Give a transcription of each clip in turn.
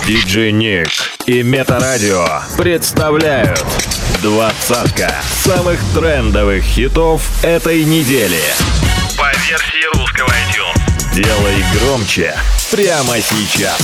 Диджей Ник и Метарадио представляют двадцатка самых трендовых хитов этой недели. По версии русского iTunes. Делай громче прямо сейчас.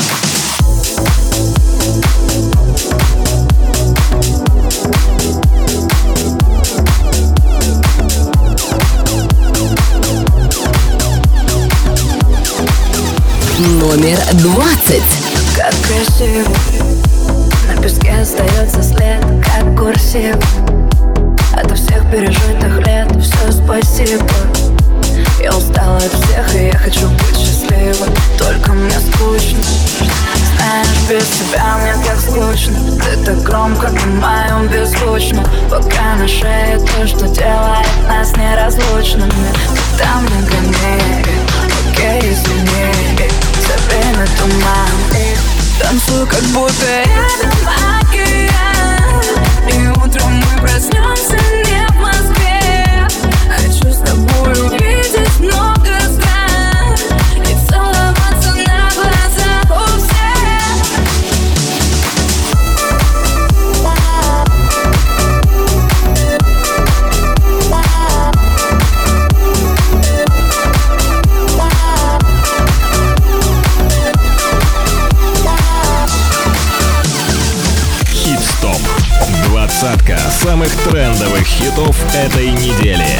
Номер 20. Как красиво, на песке остается след, как курсив. Ото всех пережитых лет все спасибо. Я устала от всех, и я хочу быть счастливой. Только мне скучно. Знаешь, без тебя мне так скучно. Ты так громко на моем беззвучно. Пока на шее то, что делает нас неразлучными. Ты там нагоняй, окей, извини. За время туман и танцую, как будто рядом океан. И утром мы проснемся не в Москве. Хочу с тобой увидеть много стран и целоваться на глазах у всех. Хит-стоп. Двадцатка самых трендовых хитов этой недели.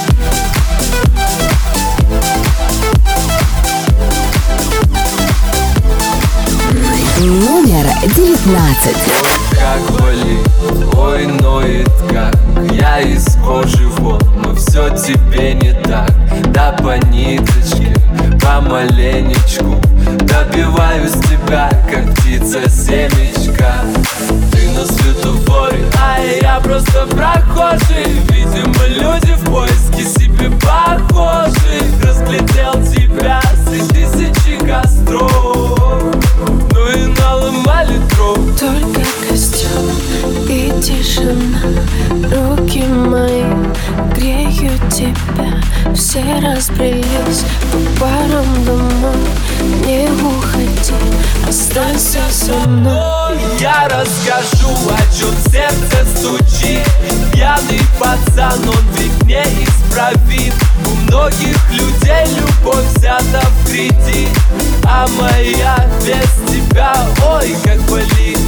Номер 19. Как болит, ой, ноет как. Я из кожи вон, но все тебе не так. Да по ниточке, помаленечку добиваюсь тебя, как птица семечка. Ты на светофоре, а я просто прохожий. Видимо, люди в поиске себе похожих. Разглядел тебя среди тысячи костров. Ну и наломали дров. Только костюм и тишина. Руки мои греют тебя. Все разбрелись по парам домой. Не уходи, останься со мной. Я расскажу, о чем сердце стучит. Пьяный пацан, он ведь неисправим. У многих людей любовь взята в кредит, а моя без тебя, ой, как болит.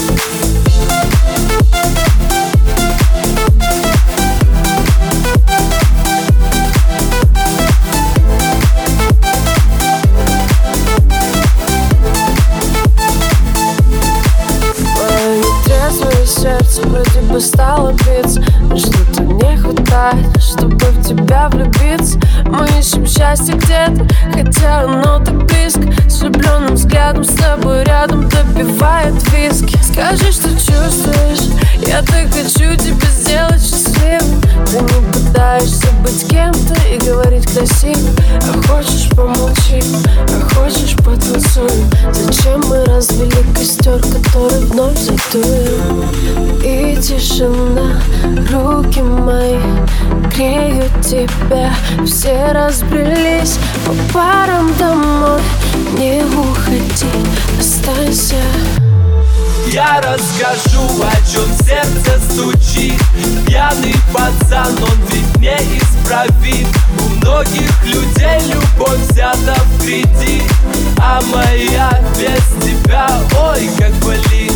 Сердце вроде бы стало биться, но что-то не хватает, чтобы в тебя влюбиться. Мы ищем счастье где-то, хотя оно так близко. С влюбленным взглядом с тобой рядом допивает виски. Скажи, что чувствуешь, я так хочу тебя сделать счастливым. Ты не пытаешься быть кем-то и говорить красиво. А хочешь помолчи, а хочешь потанцуем. Зачем мы развели костер, который вновь задуем? И тишина, руки мои греют тебя. Все разбрелись по парам домой. Не уходи, останься. Я расскажу, о чем сердце стучит. Пьяный пацан, он ведь неисправим. У многих людей любовь взята в кредит, а моя без тебя, ой, как болит.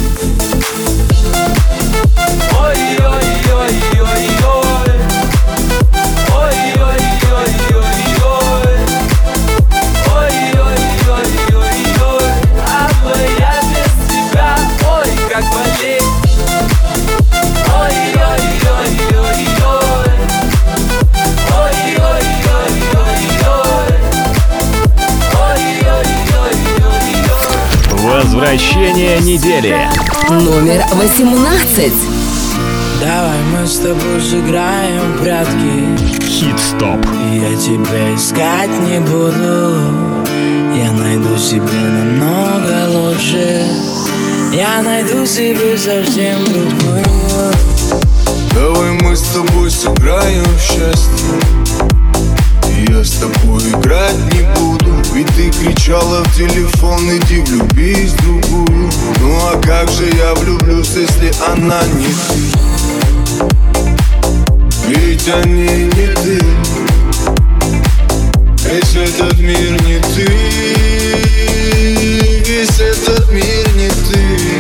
Ой-ой-ой-ой-ой. Ой-ой-ой-ой-ой. Ой-ой-ой-ой-ой. А моя без тебя, ой, как болит. Ой-ой-ой-ой-ой. Ой-ой-ой-ой-ой. Ой-ой-ой-ой-ой. Возвращение недели. Номер 18. Давай мы с тобой сыграем в прятки. Хит-стоп. Я тебя искать не буду. Я найду себе намного лучше. Я найду себе совсем другую. Давай мы с тобой сыграем в счастье. И я с тобой играть не буду. Ведь ты кричала в телефон: иди влюбись в другую. Ну а как же я влюблюсь, если она не ты? Ведь они не ты. Весь этот мир не ты. Весь этот мир не ты.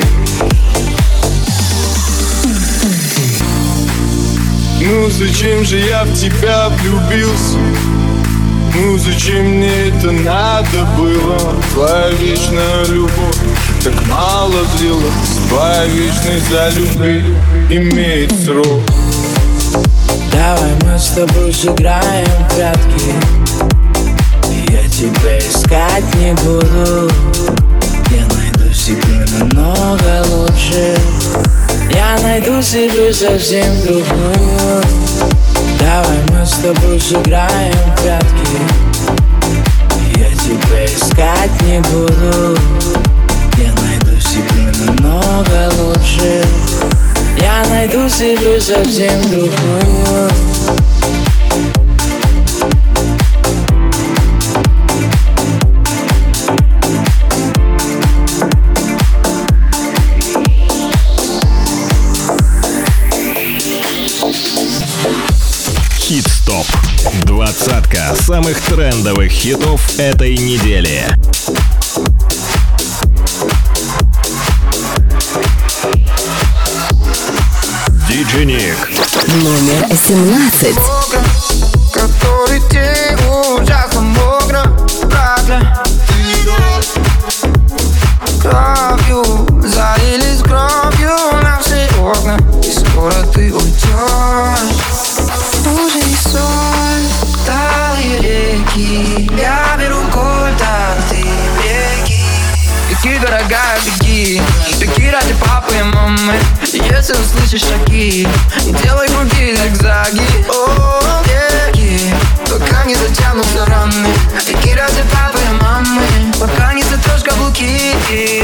Ну зачем же я в тебя влюбился? Ну зачем мне это надо было? Твоя вечная любовь так мало длилась. Твоя вечность за любви имеет срок. Давай мы с тобой сыграем в прятки. Я тебя искать не буду. Я найду себе намного лучше. Я найду себе совсем другую. Давай мы с тобой сыграем в прятки. Я тебя искать не буду. Я найду себе намного лучше. Я найду себе совсем другую. Хит-стоп. Двадцатка самых трендовых хитов этой недели. Диджей Ник. Номер 17. Который ты ужасно мокро прокля. Кровью залились кровью на все окна. И скоро ты уйдешь. Уже не соль, талые реки. Я беру кольт, а ты беги. Беги, дорогая, беги. Беги ради папы и мамы. Если услышишь шаги, делай круги, зигзаги. О, беги, пока не затянутся раны. Беги ради папы и мамы, пока не сотрешь каблуки.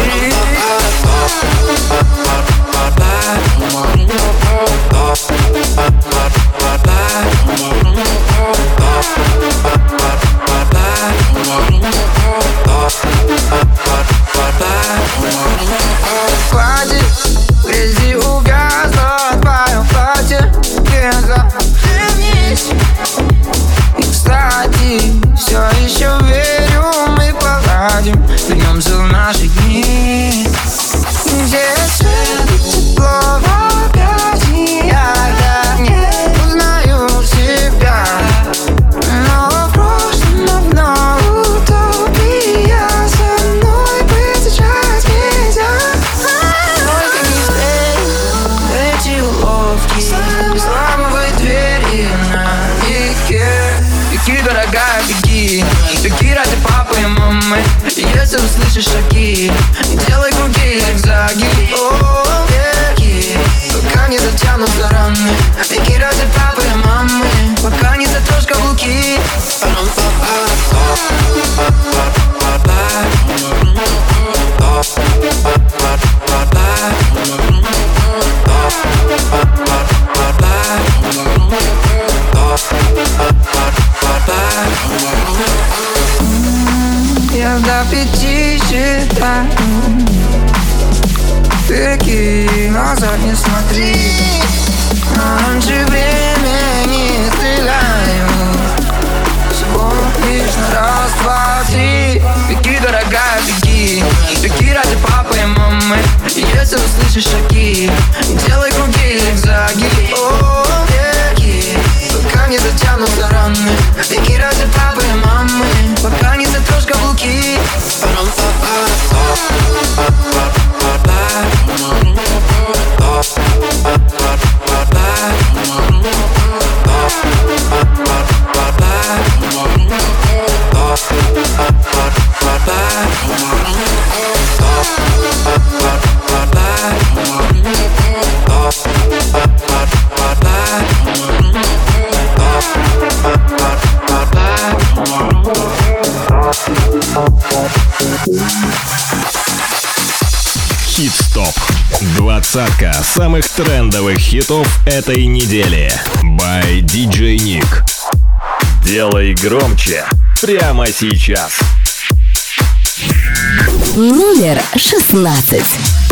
Хватит, в грязи увязла твое платье. Вернись. И, кстати, все еще верю, мы поладим. Вернемся в наши дни. Где свет, тепло в объятии. Я не узнаю себя. Но в прошлом давно утопия. Со мной быть сейчас нельзя. Только не здесь эти уловки. Взламывай двери на веке. Беги, дорогая, беги. Беги ради папы и мамы. Если услышишь шаги, делай круги, зигзаги. О, беги, пока не затянутся раны. Беги ради папы и мамы, пока не сотрешь каблуки. Я до 5 считаю. Беги, назад не смотри. Раньше времени стреляю. Всего лишь на раз, два, три. Беги, дорогая, беги. Беги ради папы и мамы. Если услышишь шаги, делай круги, зигзаги. О, беги, пока не затянутся раны. Беги ради папы и мамы, пока не сотрешь каблуки. Хит-стоп. Двадцатка самых трендовых хитов этой недели. By DJ Ник. Делай громче прямо сейчас. Номер 16.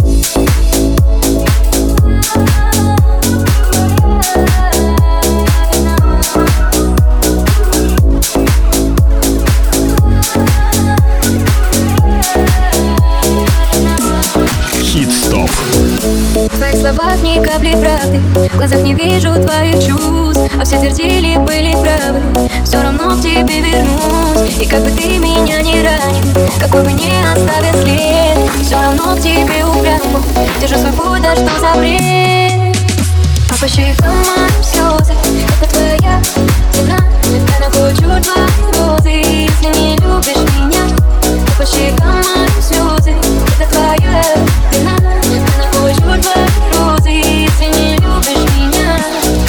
Хит-стоп. В твоих словах ни капли правды, в глазах не вижу твоих чувств, а все твердили, были правы. Все равно к тебе вернусь, и как бы ты меня не ранил, какой бы ни оставил след, все равно к тебе упрямо держу свой путь, да что за бред. А по щекам моим слезы, это твоя вина, я нахочу твои розы, если не любишь меня. А по щекам моим слезы, это твоя вина, я нахочу твои розы, если не любишь меня.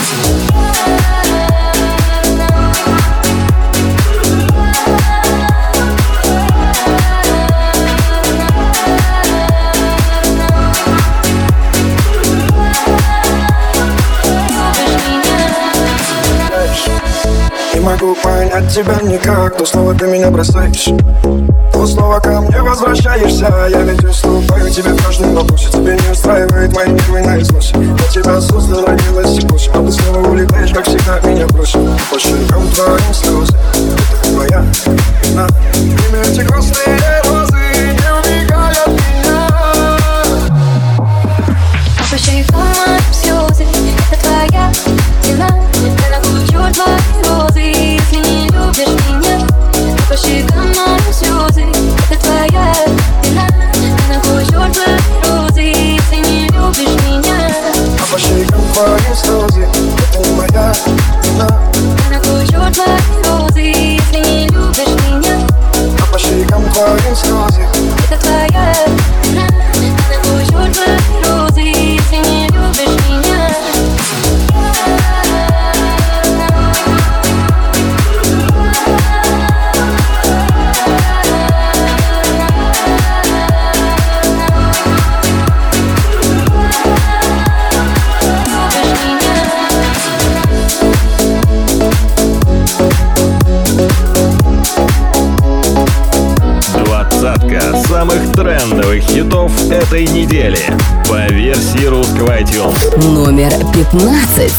Не могу понять тебя никак, то снова ты меня бросаешь, то снова ко мне возвращаешься. Я ведь уступаю тебе в каждом вопросе, тебе не устраивает мои нервы наизусть. Я тебя создал, родилась и больше, а ты снова улетаешь, как всегда меня бросил. По щекам твоим слезы, это твоя вина. Имя эти грустные розы не убегай от меня. По щекам моим слезы, это твоя вина, я нахочу твои розы, если не любишь меня. По щекам моим слезы, это твоя вина, я нахочу твои розы, если не любишь меня. А по щекам твоим слезы, это не моя вина. Я нахочу твои розы, если не любишь меня. А по щекам твоим слезы, это твоя вина, я нахочу твои розы, если не любишь меня. Двадцатка самых трендовых хитов этой недели по версии русского iTunes. Номер 15.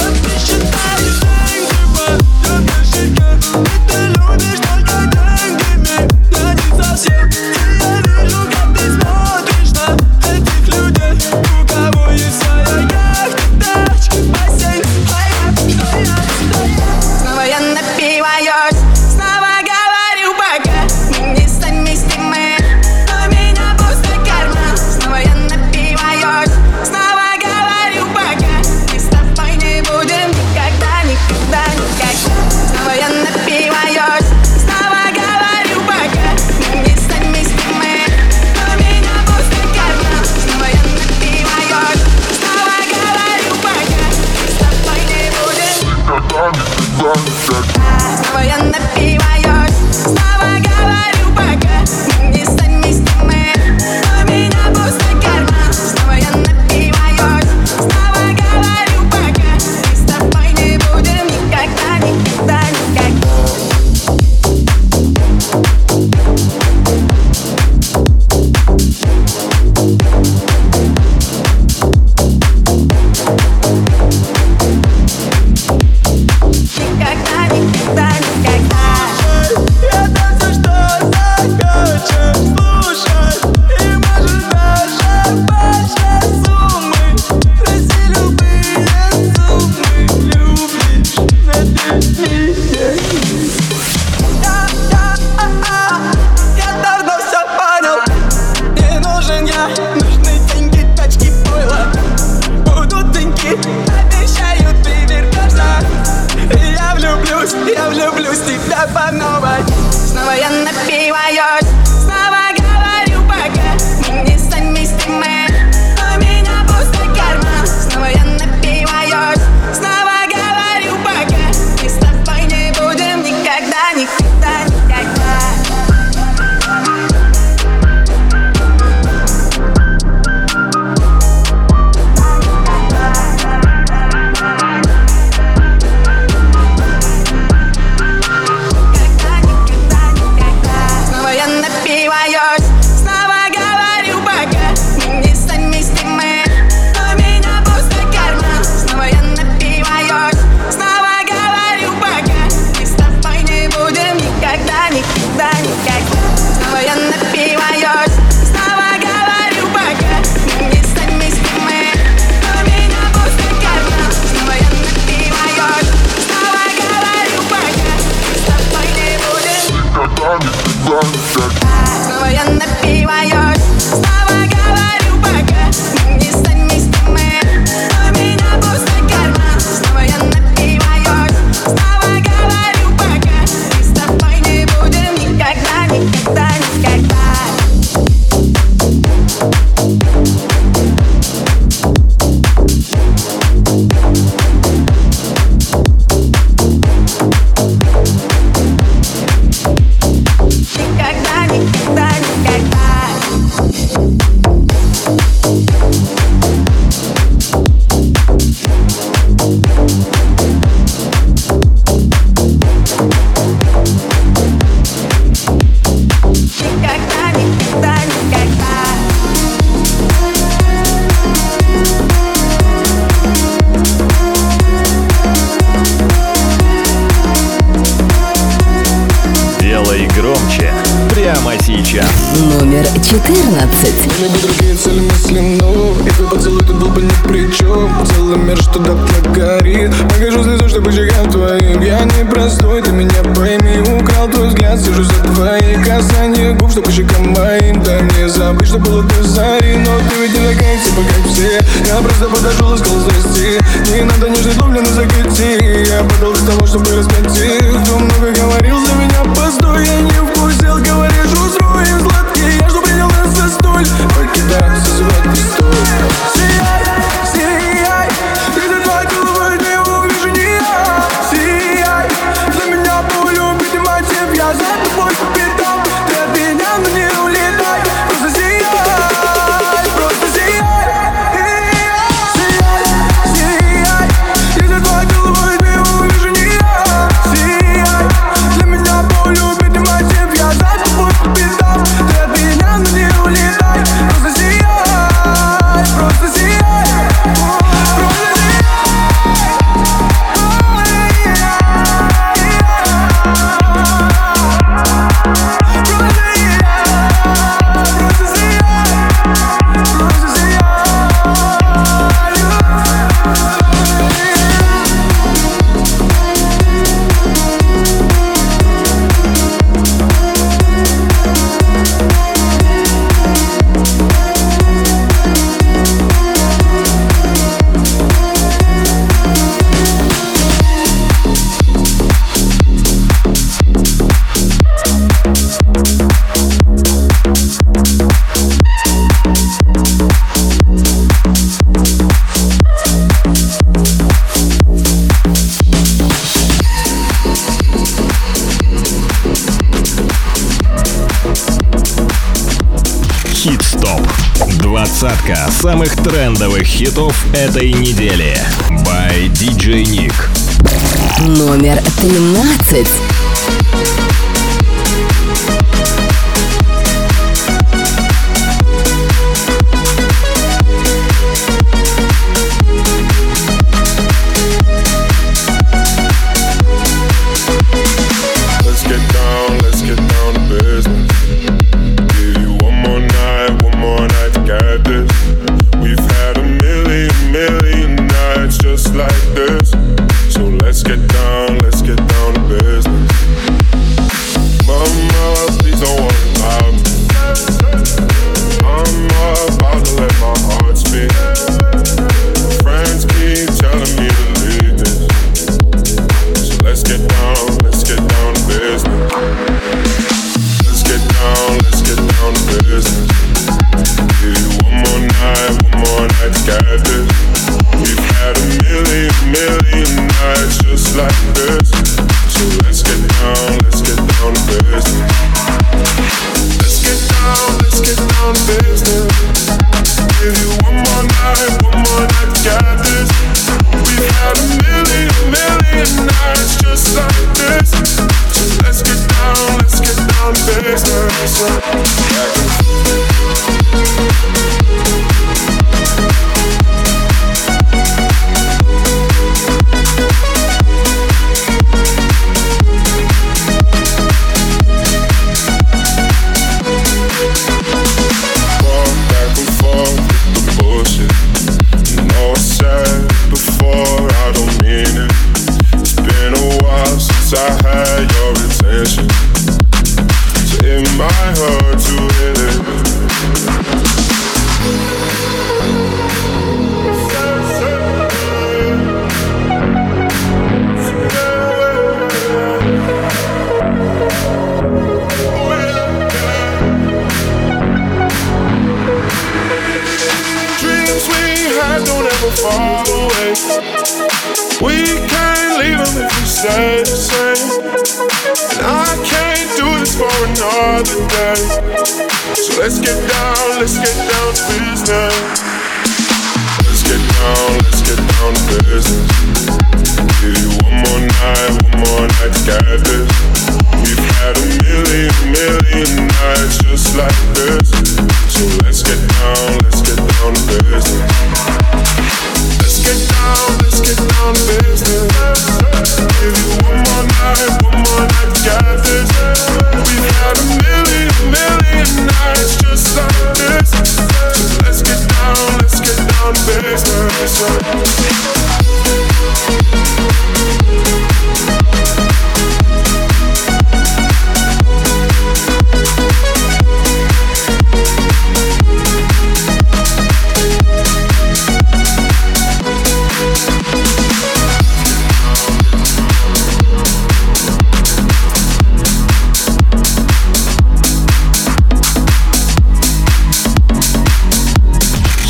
Снова я напиваюсь, снова говорю пока мы не совместимы, но у меня пустой карман. Снова я напиваюсь, снова говорю пока мы с тобой не будем. Номер 14. Были бы другие цели мысли, но и твой поцелуй тут был бы ни при чем. Целый мир, что дотла горит. Покажу слезу, что по щекам твоим. Я не простой, ты меня пойми. Украл твой взгляд, сижу за твои касания губ, что по щекам моим. Дай мне забыть, что было до зари. Но ты ведь не такая, типа как все. Я просто подошел и сказал здрасте. Не надо нежный дубль на закате. Я подал для того, чтобы распять тех, кто много говорил за меня. Постой, я не вкусил, говоришь, устроен сладкий. Я что принял нас за столь. Покидай, созывать престол. Сияй, сияй, если твоя голова не увижу не я. Сияй, для меня полюбить и мотив. Я за тобой по пятам. Ты от меня, но не улетай. Просто сияй, просто сияй. Сияй, сияй, если твоя голова не увижу не я. Сияй, для меня полюбить и мотив. Я за тобой по пятам. Ты от меня, но не улетай. Просто сияй, просто сияй. Хит-стоп. Двадцатка самых трендовых хитов этой недели. By DJ Nick. Номер 13. Let's get down to business. Give you one more night to get this. We've had a million nights just like this. So let's get down to business. Mama, please don't worry about me. I'm about to let my heart speak. Friends keep telling me to leave this. So let's get down to business. Let's get down to business. Give you one more night to get this. We've had a million nights just like this. So let's get down to business. Let's get down to business. Give you one more night to get this. We've had a million nights just like this. So let's get down to business. I had your attention, so it might hurt to hit it. Dreams we had don't ever fall away. We can't leave them if we stay the same. And I can't do this for another day. So let's get down to business. Let's get down to business. Give you one more night to get this. We've had a million nights just like this. So let's get down to business. Let's get down to business. Give you one more night to get this. We've had a million nights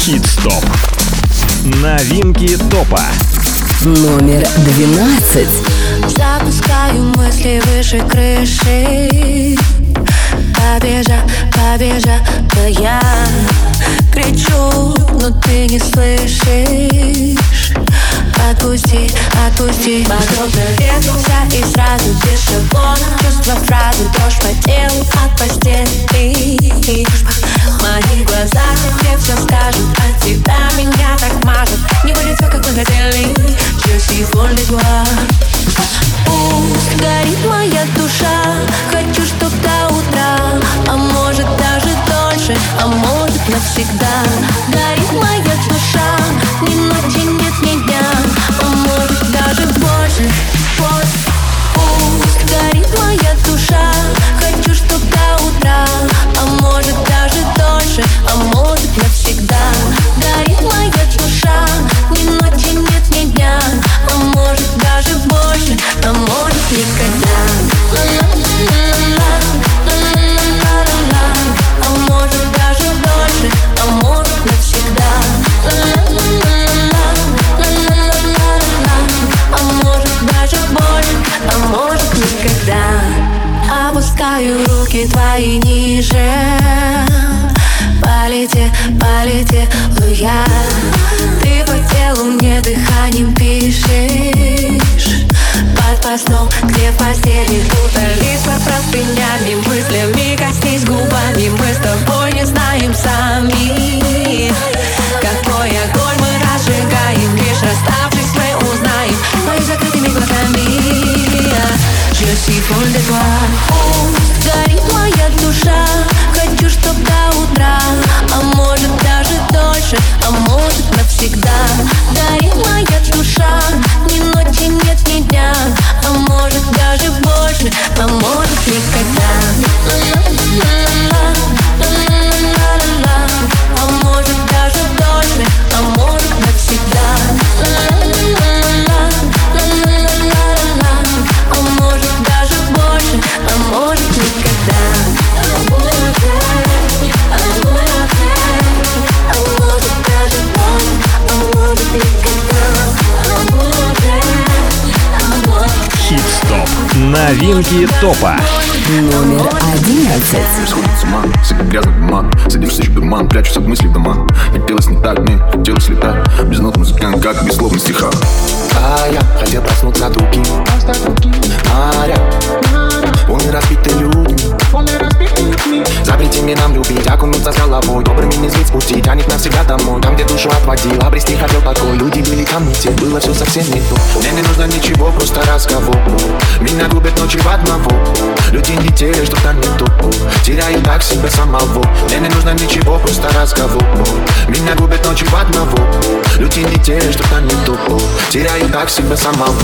Хит-стоп. Новинки топа. Номер 12. Запускаю мысли выше крыши. Побежала я. Кричу, но ты не слышишь. Отпусти. Подобно ветру и сразу без шаблона. Чувства фразы, дрожь по телу от постели. В моих глазах тебе все скажут, от тебя меня так мажут. Не будет все, как мы хотели. Je suis folle de toi. Пусть горит моя душа. Хочу, чтоб до утра, а может даже дольше, а может навсегда. Горит моя душа, ни ночи нет, ни дня, а может даже больше. Пусть горит моя душа. Хочу, чтоб до утра, а может даже дольше, а может навсегда. Горит моя душа, ни ночи нет, ни дня, а может даже больше, а может никогда. А может даже дольше, а может навсегда. А может даже больше, а может никогда. Опускаю руки твои ниже. Полетела я. Ты по телу мне дыханием пишешь. Под постом, где в постели утолись под простынями. Мыслями коснись губами. Мы с тобой не знаем сами, какой огонь мы разжигаем. Лишь расставшись мы узнаем моими закрытыми глазами. Je suis folle de toi. Пусть горит моя душа. Хочу, чтоб до утра, а может даже дольше, а может навсегда. Горит моя душа, ни ночи нет, ни дня, а может даже больше, а может никогда. А может даже дольше, а может навсегда. А может даже больше, а может никогда. Хит-стоп. Новинки топа. Номер 11. Сходит с ума, сыпет грязный туман. Садишься в дурман, прячусь от мыслей в дома. Хотелось не так, мне хотелось летать. Без нот музыкант, как без слов на стихах. А я хотел проснуться от руки моря. Волны разбиты людьми. Запрети мне нам любить, окунуться с головой. Добрыми не злить, спустить, тянет навсегда домой. Там, где душу отводил, обрести хотел покой. Люди были ко мне, те, было все совсем не то. Мне не нужно ничего, просто разговор. Меня губят ночи в одного. Люди не те, что там не то. Теряю так себя самого. Мне не нужно ничего, просто разговор. Меня губят ночи в одного. Люди не те, что там не то. Теряю так себя самого.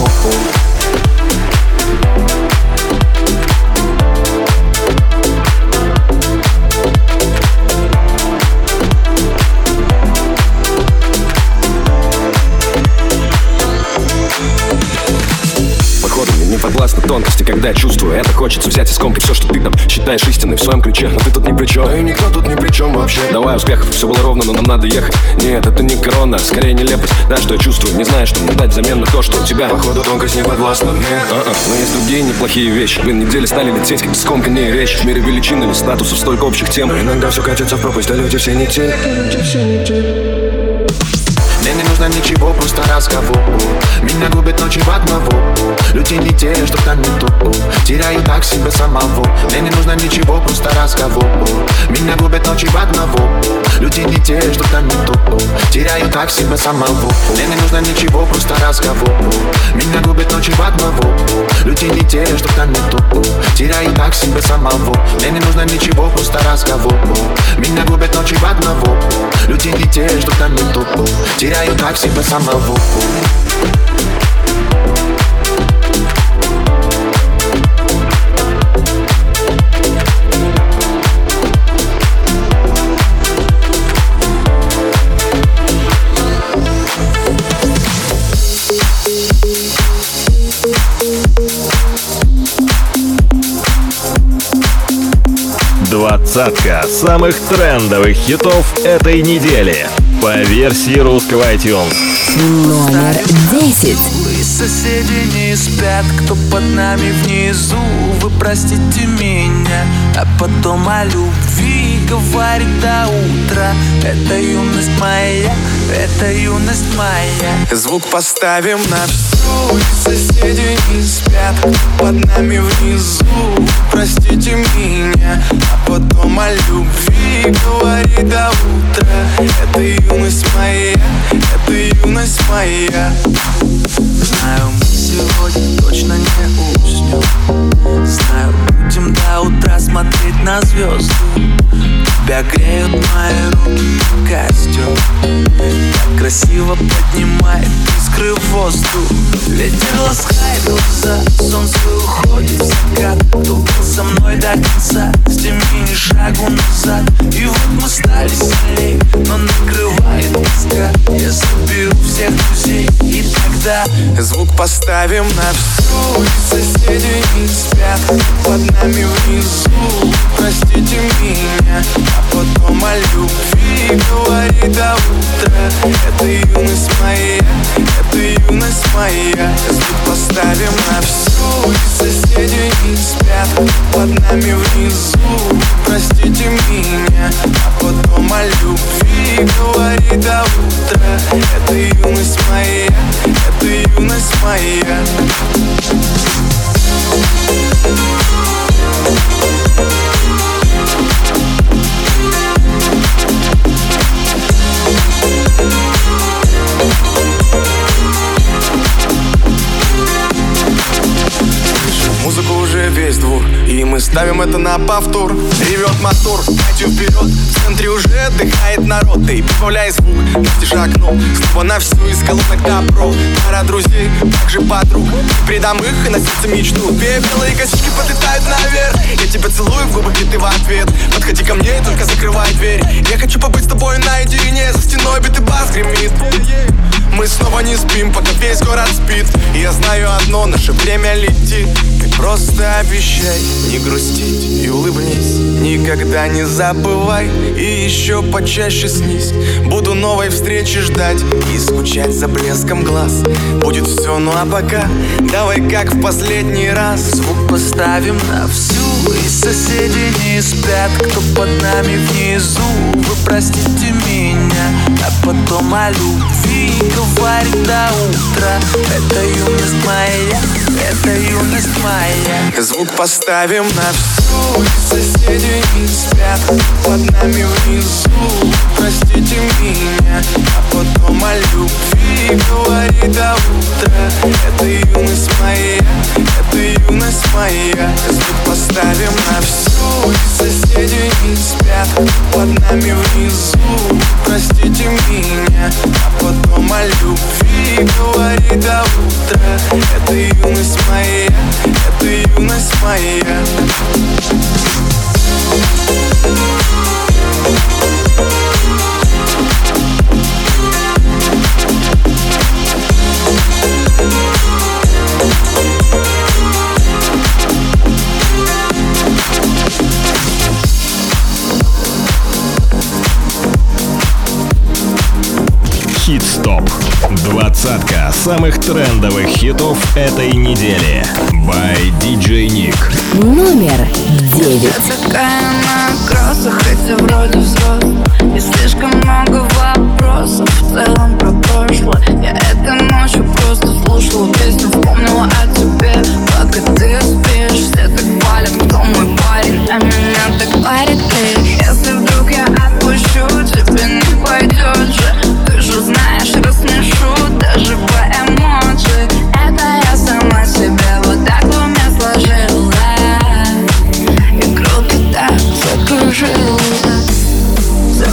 Не подвластны тонкости, когда я чувствую это. Хочется взять и скомкать все, что ты там считаешь истиной в своем ключе. Но ты тут ни при чем, да и никто тут ни при чем вообще. Давай успехов, все было ровно, но нам надо ехать. Нет, это не корона, скорее нелепость. Да, что я чувствую, не знаю, что мне дать взамен на то, что у тебя. Походу тонкость не подвластна мне. Но есть другие неплохие вещи. Блин, недели стали лететь, как скомканные речи. В мире величин или статусов столько общих тем. Но иногда все катится в пропасть, а люди все не те. Мне не нужно ничего, просто разговор. Меня губят ночи в одного. Люди не те, что там не то. Теряю так себя самого. Мне не нужно ничего, просто разговор. Меня губят ночи в одного. Люди не те, что там не то. Теряю так себя самого. Мне не нужно ничего, просто разговор. Меня губят ночи в одного. Люди не те, что там не то. Теряю так себя самого. Мне не нужно ничего, просто разговор. Меня губят ночи в одного. Люди не те, что там не то. Теряю так себя самого. 20 самых трендовых хитов этой недели по версии русского iTunes. Номер 10. Соседи не спят, кто под нами внизу. Вы простите меня, а потом о любви говорит до утра. Это юность моя, это юность моя. Звук поставим на всю. Соседи не спят, кто под нами внизу. Простите меня, а потом о любви говорит до утра. Это юность моя, это юность моя. Знаю, мы сегодня точно не уснем. Знаю, будем до утра смотреть на звезды. Тебя греют мои руки и костюм. Так красиво поднимает искры в воздух. Ветер ласкает глаза, солнце уходит в закат. Кто был со мной до конца, сними ни шагу назад. И вот мы стали сильней, но накрывает тоска. Я соберу всех друзей, и тогда звук поставим на всю. Соседи не спят, под нами внизу. Простите меня, а потом о любви говорит до утра. Это юность моя, это юность моя. Звук поставим на всю. Соседи не спят, под нами внизу. Простите меня, а потом о любви говорит до утра. Это юность моя, это юность моя. Музыку уже весь двор, и мы ставим это на повтор. Ревет мотор, пойдем вперед. В центре уже отдыхает народ. Ты прибавляй звук, настежь окно. Снова на всю из колонок добро. Пара друзей, также подруг. Передам их и на сердце мечту. Две белые косички подлетают наверх. Я тебя целую в губы, и ты в ответ. Подходи ко мне, только закрывай дверь. Я хочу побыть с тобой наедине. За стеной битый бас гремит. Мы снова не спим, пока весь город спит. И я знаю одно, наше время летит. Ты просто обещай не грустить и улыбнись. Никогда не забывай и еще почаще снись. Буду новой встречи ждать и скучать за блеском глаз. Будет все, ну а пока давай как в последний раз. звук поставим на всю. И соседи не спят, кто под нами внизу. Вы простите меня, а потом о любви говорит до утра. Это юность моя, это юность моя. Звук поставим на всю. Соседи не спят, под нами внизу. Простите меня, а потом о любви говорит до утра. Это юность моя, это юность моя. Звук поставим на всю. Соседи не спят, под нами внизу. Простите меня, а потом о любви говорит до утра. Это юность моя, это юность моя. Хит-стоп. 20 самых трендовых хитов этой недели. By DJ Nick. Номер 9. Такая на кроссах, хотя вроде взрослый. И слишком много вопросов в целом про прошлое. Я этой ночью просто слушала песню, вспомнила о тебе. Пока ты спишь, все так хвалят, кто мой парень, а меня так парит ты. Если вдруг я отпущу, тебе не пойдет же. Ты же знаешь, рассмешу даже по эмоджи. Это я сама себе вот так в уме сложила. И круто так закружила.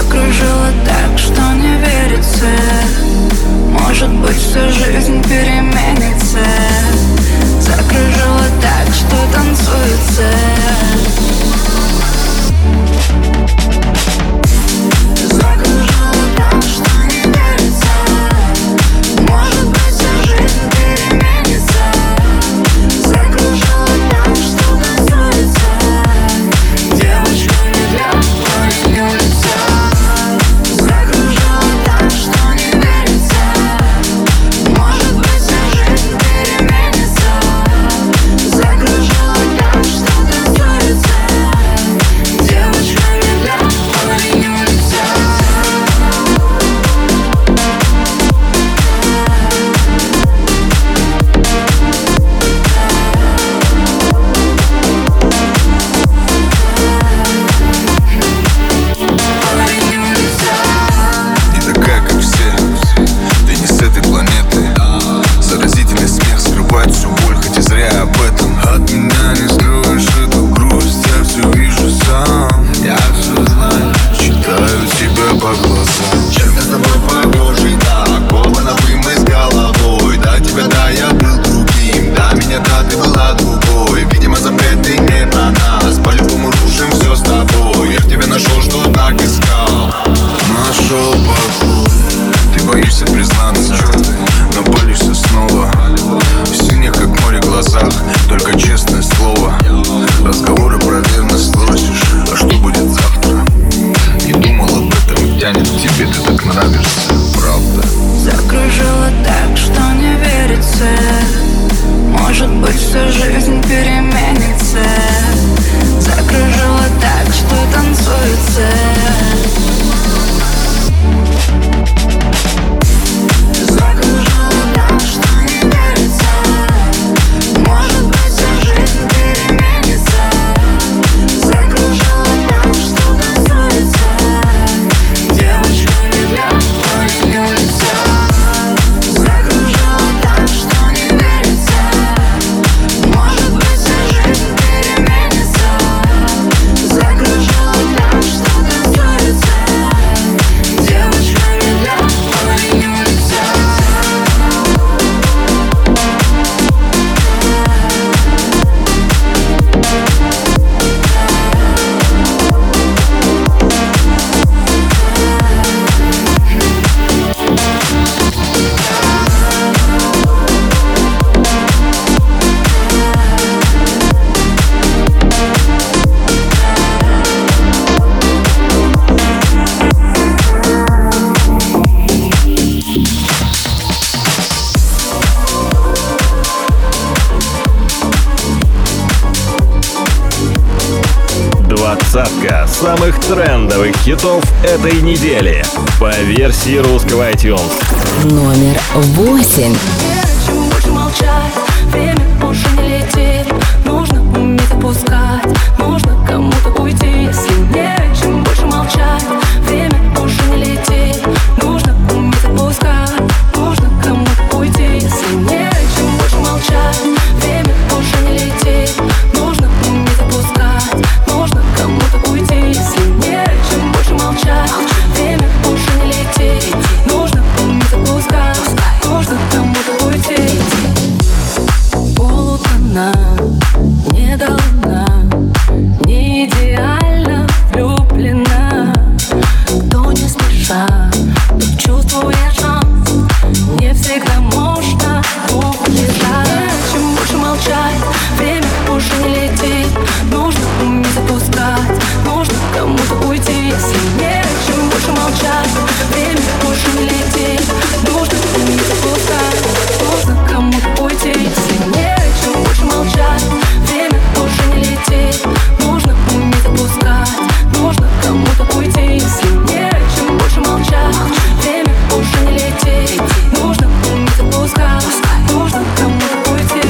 Двадцатка самых трендовых хитов этой недели по версии русского iTunes. Номер 8. Чем больше молчать, время больше не летит. Нужно уметь отпускать, нужно кому-то уйти. Если нечем больше молчать, время больше не летит. Нужно уметь отпускать, нужно кому-то уйти. Если нечем больше молчать, время больше не летит. Нужно уметь отпускать, нужно кому-то уйти. Если нечем больше молчать, время больше не летит. Нужно уметь отпускать, нужно кому-то уйти. Полутона, не должна, не идеально влюблена. Кто не спеша, тот чувствует шанс. Не всегда можно убежать. Чем больше молчать, время больше не летит. Нужно уметь отпускать, нужно кому-то уйти. Если нечем больше молчать, время больше не летит. Нужно уметь отпускать, нужно кому-то уйти. Если нечем больше молчать, время больше не летит. Нужно уметь отпускать, нужно кому-то уйти. Если нечем больше молчать, время больше не летит. Нужно уметь отпускать, нужно кому-то уйти.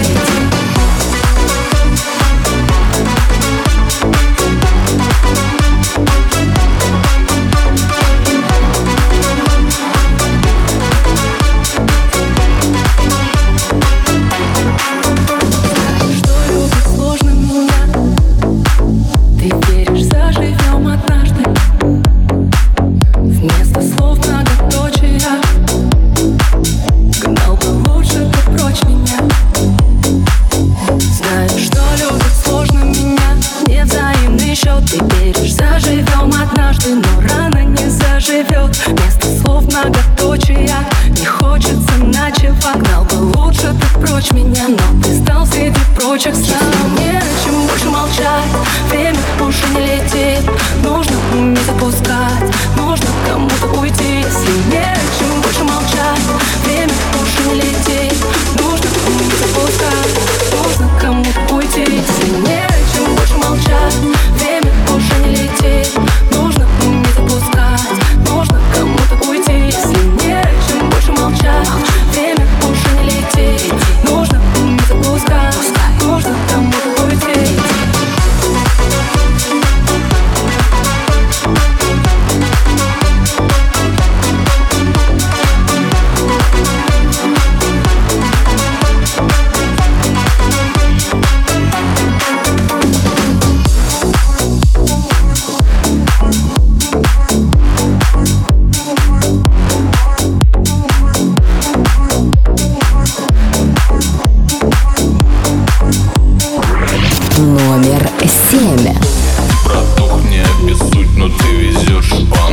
Номер 7. Братух, не обессудь, но ты везешь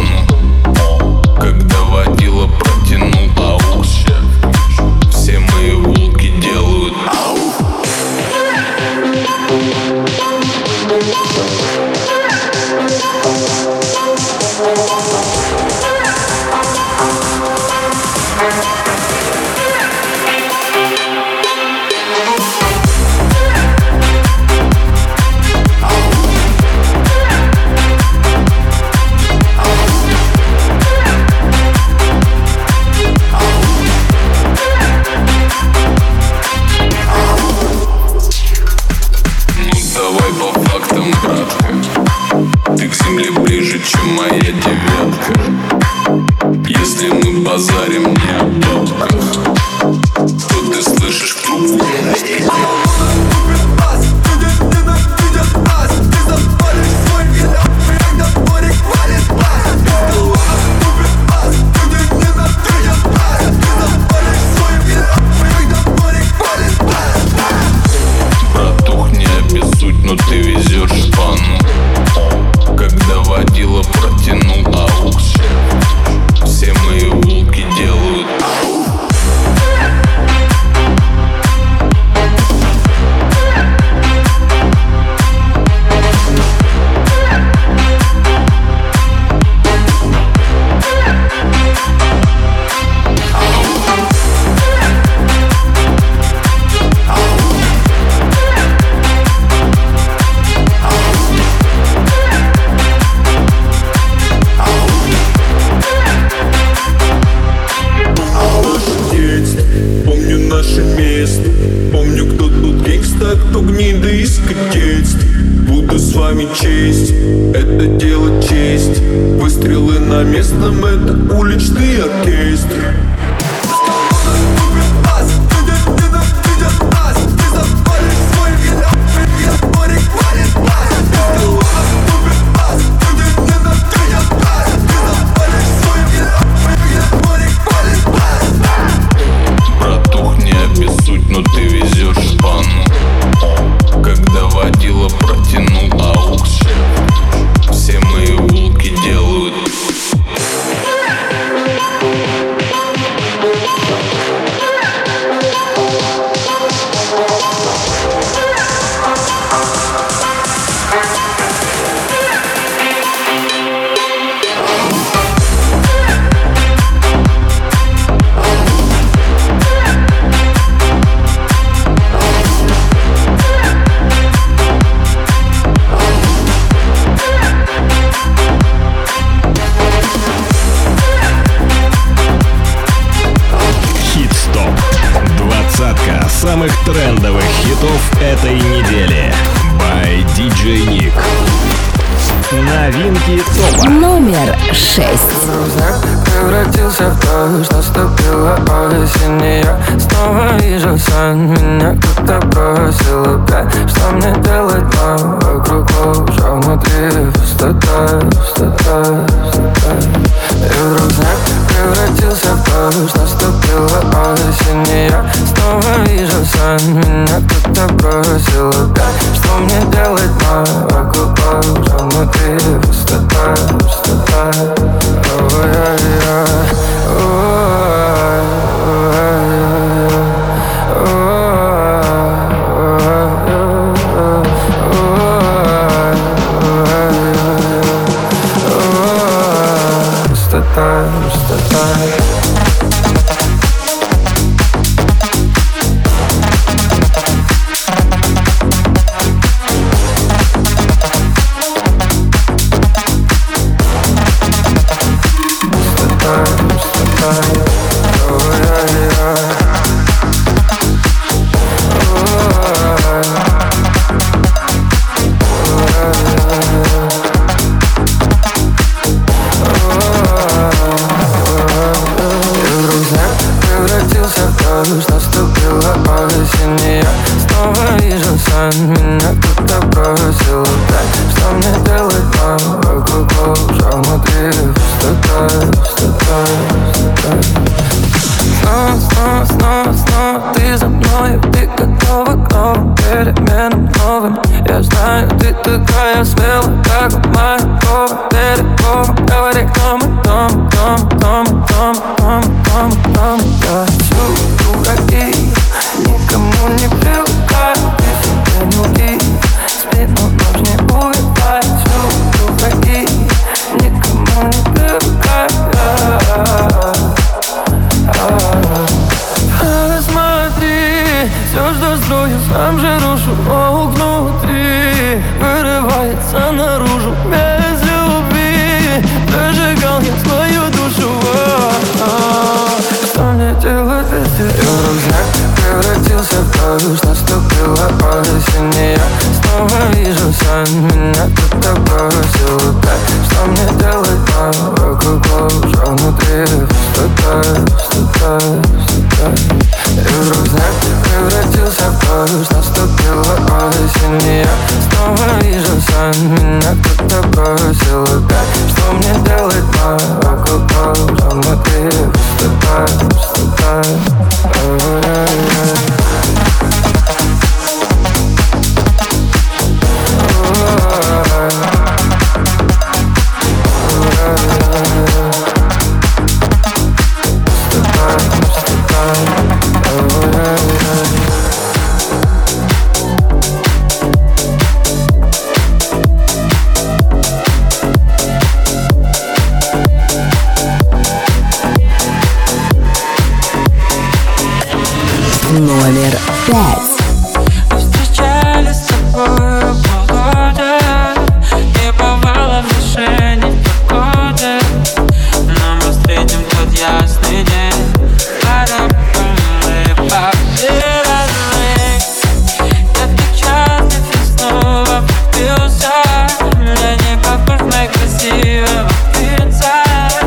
пану. Когда водила протянул аух, все мои волки делают аух. Ты к земле ближе, чем моя девятка. Если мы базарим не о бабках, то ты слышишь трубку. Братух, не обессудь, но ты везешь пану. Когда водила протянул аукс, все мои волки делают местном это уличный оркестр. Братух, не обессудь, но ты везешь шпану. Когда водила протянул аукс, все мои волки делают. Самых трендовых хитов этой недели. By DJ Nick. Новинки топа. Номер 6. Рюкзак превратился в то, что ступила осень. Я снова вижу сон, меня кто-то бросил опять. Что мне делать, но вокруг лужа, внутри пустота, пустота, пустота. И вдруг знак превратился в то, что ступила осень. Я снова вижу сон, меня кто-то бросил опять. Что мне делать, но вокруг лужа, внутри пустота, пустота. Пустота, пустота. Номер 5. Встречались с тобой полгода, не бывало в решении погоды, но мы встретим тот ясный день. Параболы, попираны. Я так счастлив и снова влюбился. Я не похож на красивого принца.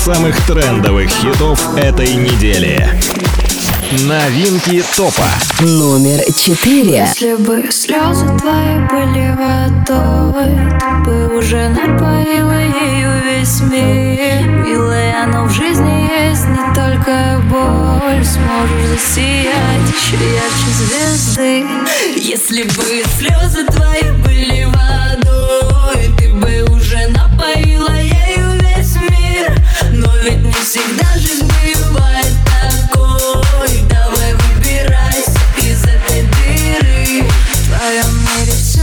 самых трендовых хитов этой недели. Новинки топа. Номер 4. Если бы слезы твои были водой, ты бы уже напоила ею весь мир. Милая, но в жизни есть не только боль. Сможешь засиять еще ярче звезды. Если бы слезы твои были водой, ты бы уже напоила ею весь мир. Но ведь не всегда жизнь бывает такой. Давай выбирайся из этой дыры. В твоем мире все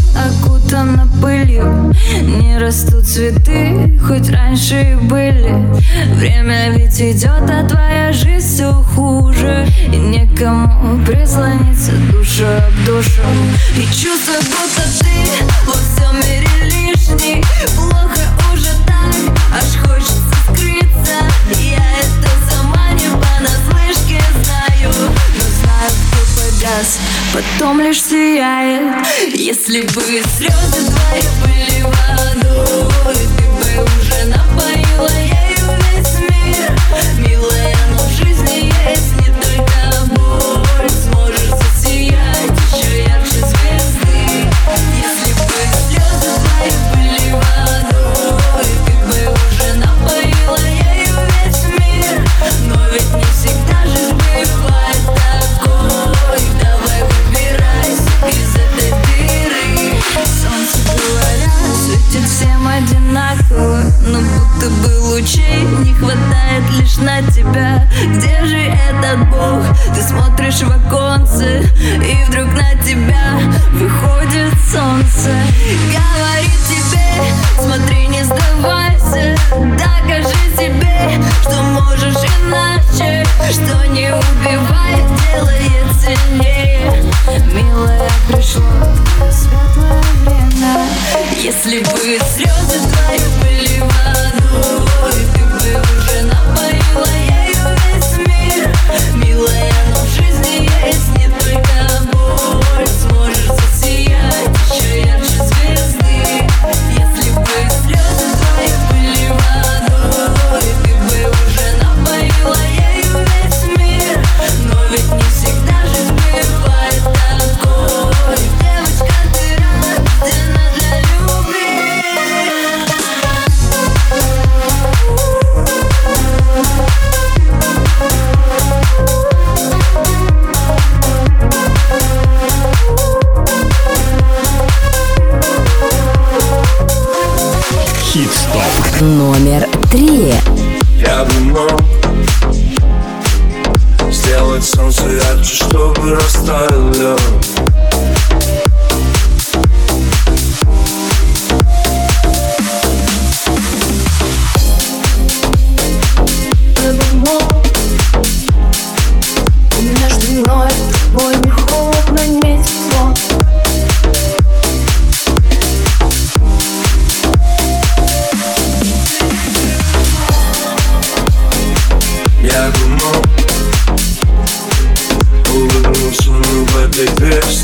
окутано пылью. Не растут цветы, хоть раньше и были. Время ведь идет, а твоя жизнь все хуже. И некому прислониться душу об душу. И чувство, будто ты во всем мире лишний. Плохо уже так, аж хочется скрыться. Я это сама не понаслышке знаю, но знаю, кто погас, потом лишь сияет. Если бы слезы твои были водой, ты бы уже напоила ею весь мир. Милая, но в жизни есть не только боль. Сможешь засиять еще ярче звезды. Если бы слезы твои были водой, ты бы уже напоила ею весь мир. Но ведь не всегда жизнь бывает такой. Давай выбирайся из этой дыры. Солнце, говорят, светит всем одинаково, но будто бы лучей не хватает лишь на тебя. Где же этот Бог? Ты смотришь в оконце, и вдруг на тебя выходит солнце. Говорит тебе, смотри, не сдавайся. Докажи себе, что можешь иначе. Что не убивает, делает сильнее. Милая, пришло твое светлое время. Если бы слезы твои были водой, ты бы уже напоила ею весь мир. Милая, но в жизни есть не только боль. Сможешь засиять еще ярче звезды. Если бы слезы твои были водой, ты бы уже напоила ею весь мир. Но ведь не всегда жизнь бывает такой. Девочка, ты рождена для любви. Хит-стоп. Номер 3. Я бы мог сделать солнце ярче, чтобы растаял лед. Я бы мог между мной и тобой не холодно, не тепло. Я бы мог улыбнуться в этой песне.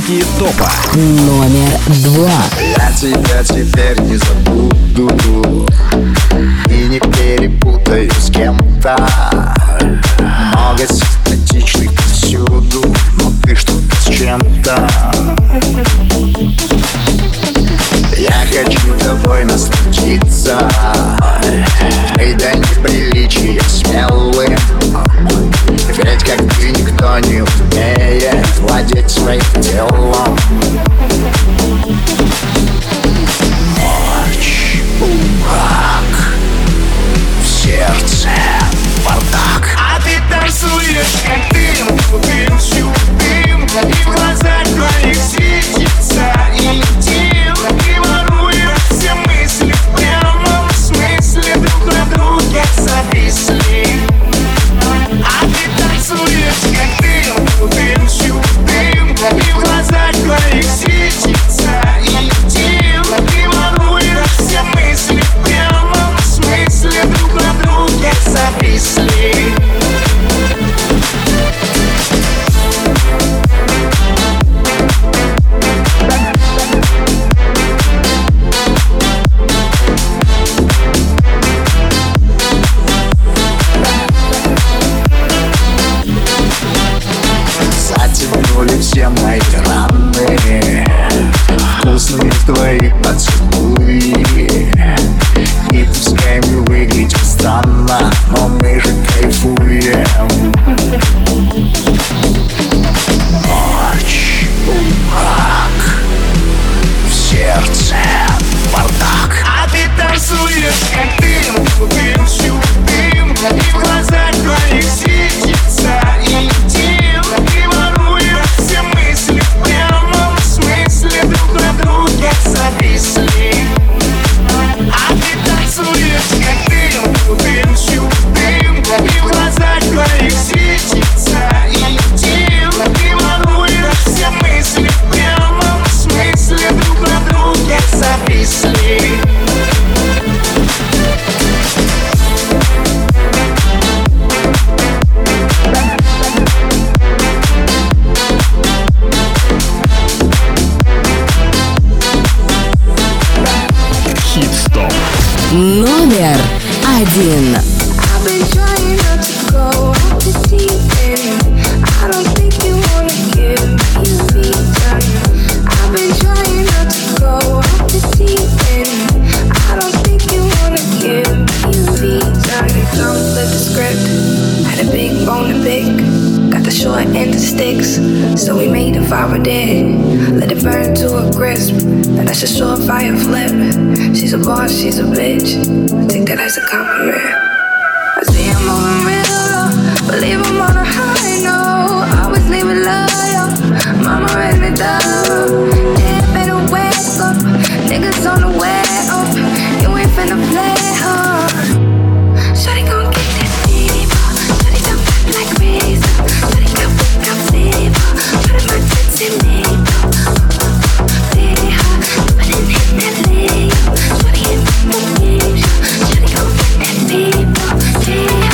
новинки топа. Номер 2. Я тебя теперь не забуду и не перепутаю с кем-то. Много симпатичных повсюду, но ты что-то с чем-то. Я хочу тобой насладиться, и до неприличия смелым. Ведь как ты никто не умеет владеть своим телом. Ночь, мрак, в сердце бардак. А ты танцуешь, как дым, дым, дым, и в глазах твоих светится интим. И воруешь все мысли в прямом смысле, друг на друге зависли. А ты танцуешь, как дым, дым, дым, и в глазах твоих светится интим. И воруешь все мысли в прямом смысле, друг на друге зависли. Затянули все мои раны, вкусные твои поцелуи. И пускай мы выглядим странно, но мы же кайфуем. Ночь, мрак, в сердце бардак. А ты танцуешь, как дым, дым, дым, и в глазах твоих светится интим. И воруешь все мысли в прямом смысле, друг на друге зависли. А ты танцуешь, как дым, дым, дым, и в глазах твоих светится интим. И воруешь все мысли в прямом смысле, друг на друге зависли. Хит-стоп. Номер 1. I've been trying not to go off the deep end. I don't think you wanna give me time. I've been trying not to go off the deep end. I don't think you wanna give me time. Don't flip the script. Had a big bone to pick. Got the short end of sticks, so we made a fire dead. Let it burn to a crisp. And that's a surefire flip. She's a boss, she's a bitch. I take that as a compliment. I see I'm moving real low, but leave him on a high note. Always leave it loyal. Mama raised me thorough. Yeah, better wake up. Niggas on the way up. You ain't finna play hard. Shawty gon' get that fever. Shawty gon' back like razor. Shawty got flavor. Put in my tits in me. Very hot, but it hit that layup. Shawty hit the game. Shawty gon' get that fever. Yeah.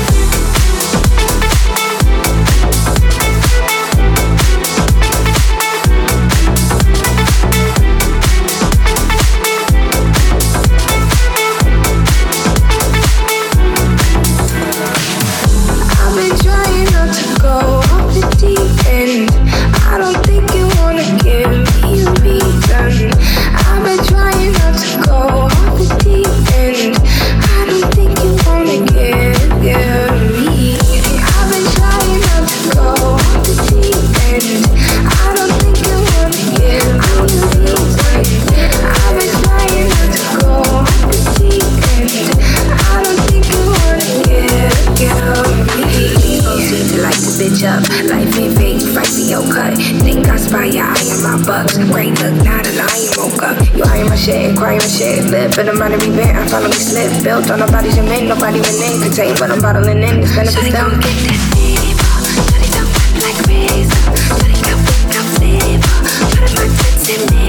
I've been trying not to go off the deep end. I don't think you wanna give me time. I've been trying not to go off the deep end. I don't think you wanna give me. I've been trying not to go off the deep end. I don't think you wanna give me time. I've been trying not to go off the deep end. I don't think you wanna give me. Seem to like the bitch up. Life ain't fake, fight for your cut. Think I spy your eye on my bucks. Great look, not a lie, woke up. You eyeing my shit, crying my shit. Live, but I'm about to revent. I follow me slip. Built on nobody's your man, nobody within. Can tell you what I'm bottling in. It's benefits down. Get that fever. Shawty don't act like razor. Shawty got flavor. Put in my tits in me.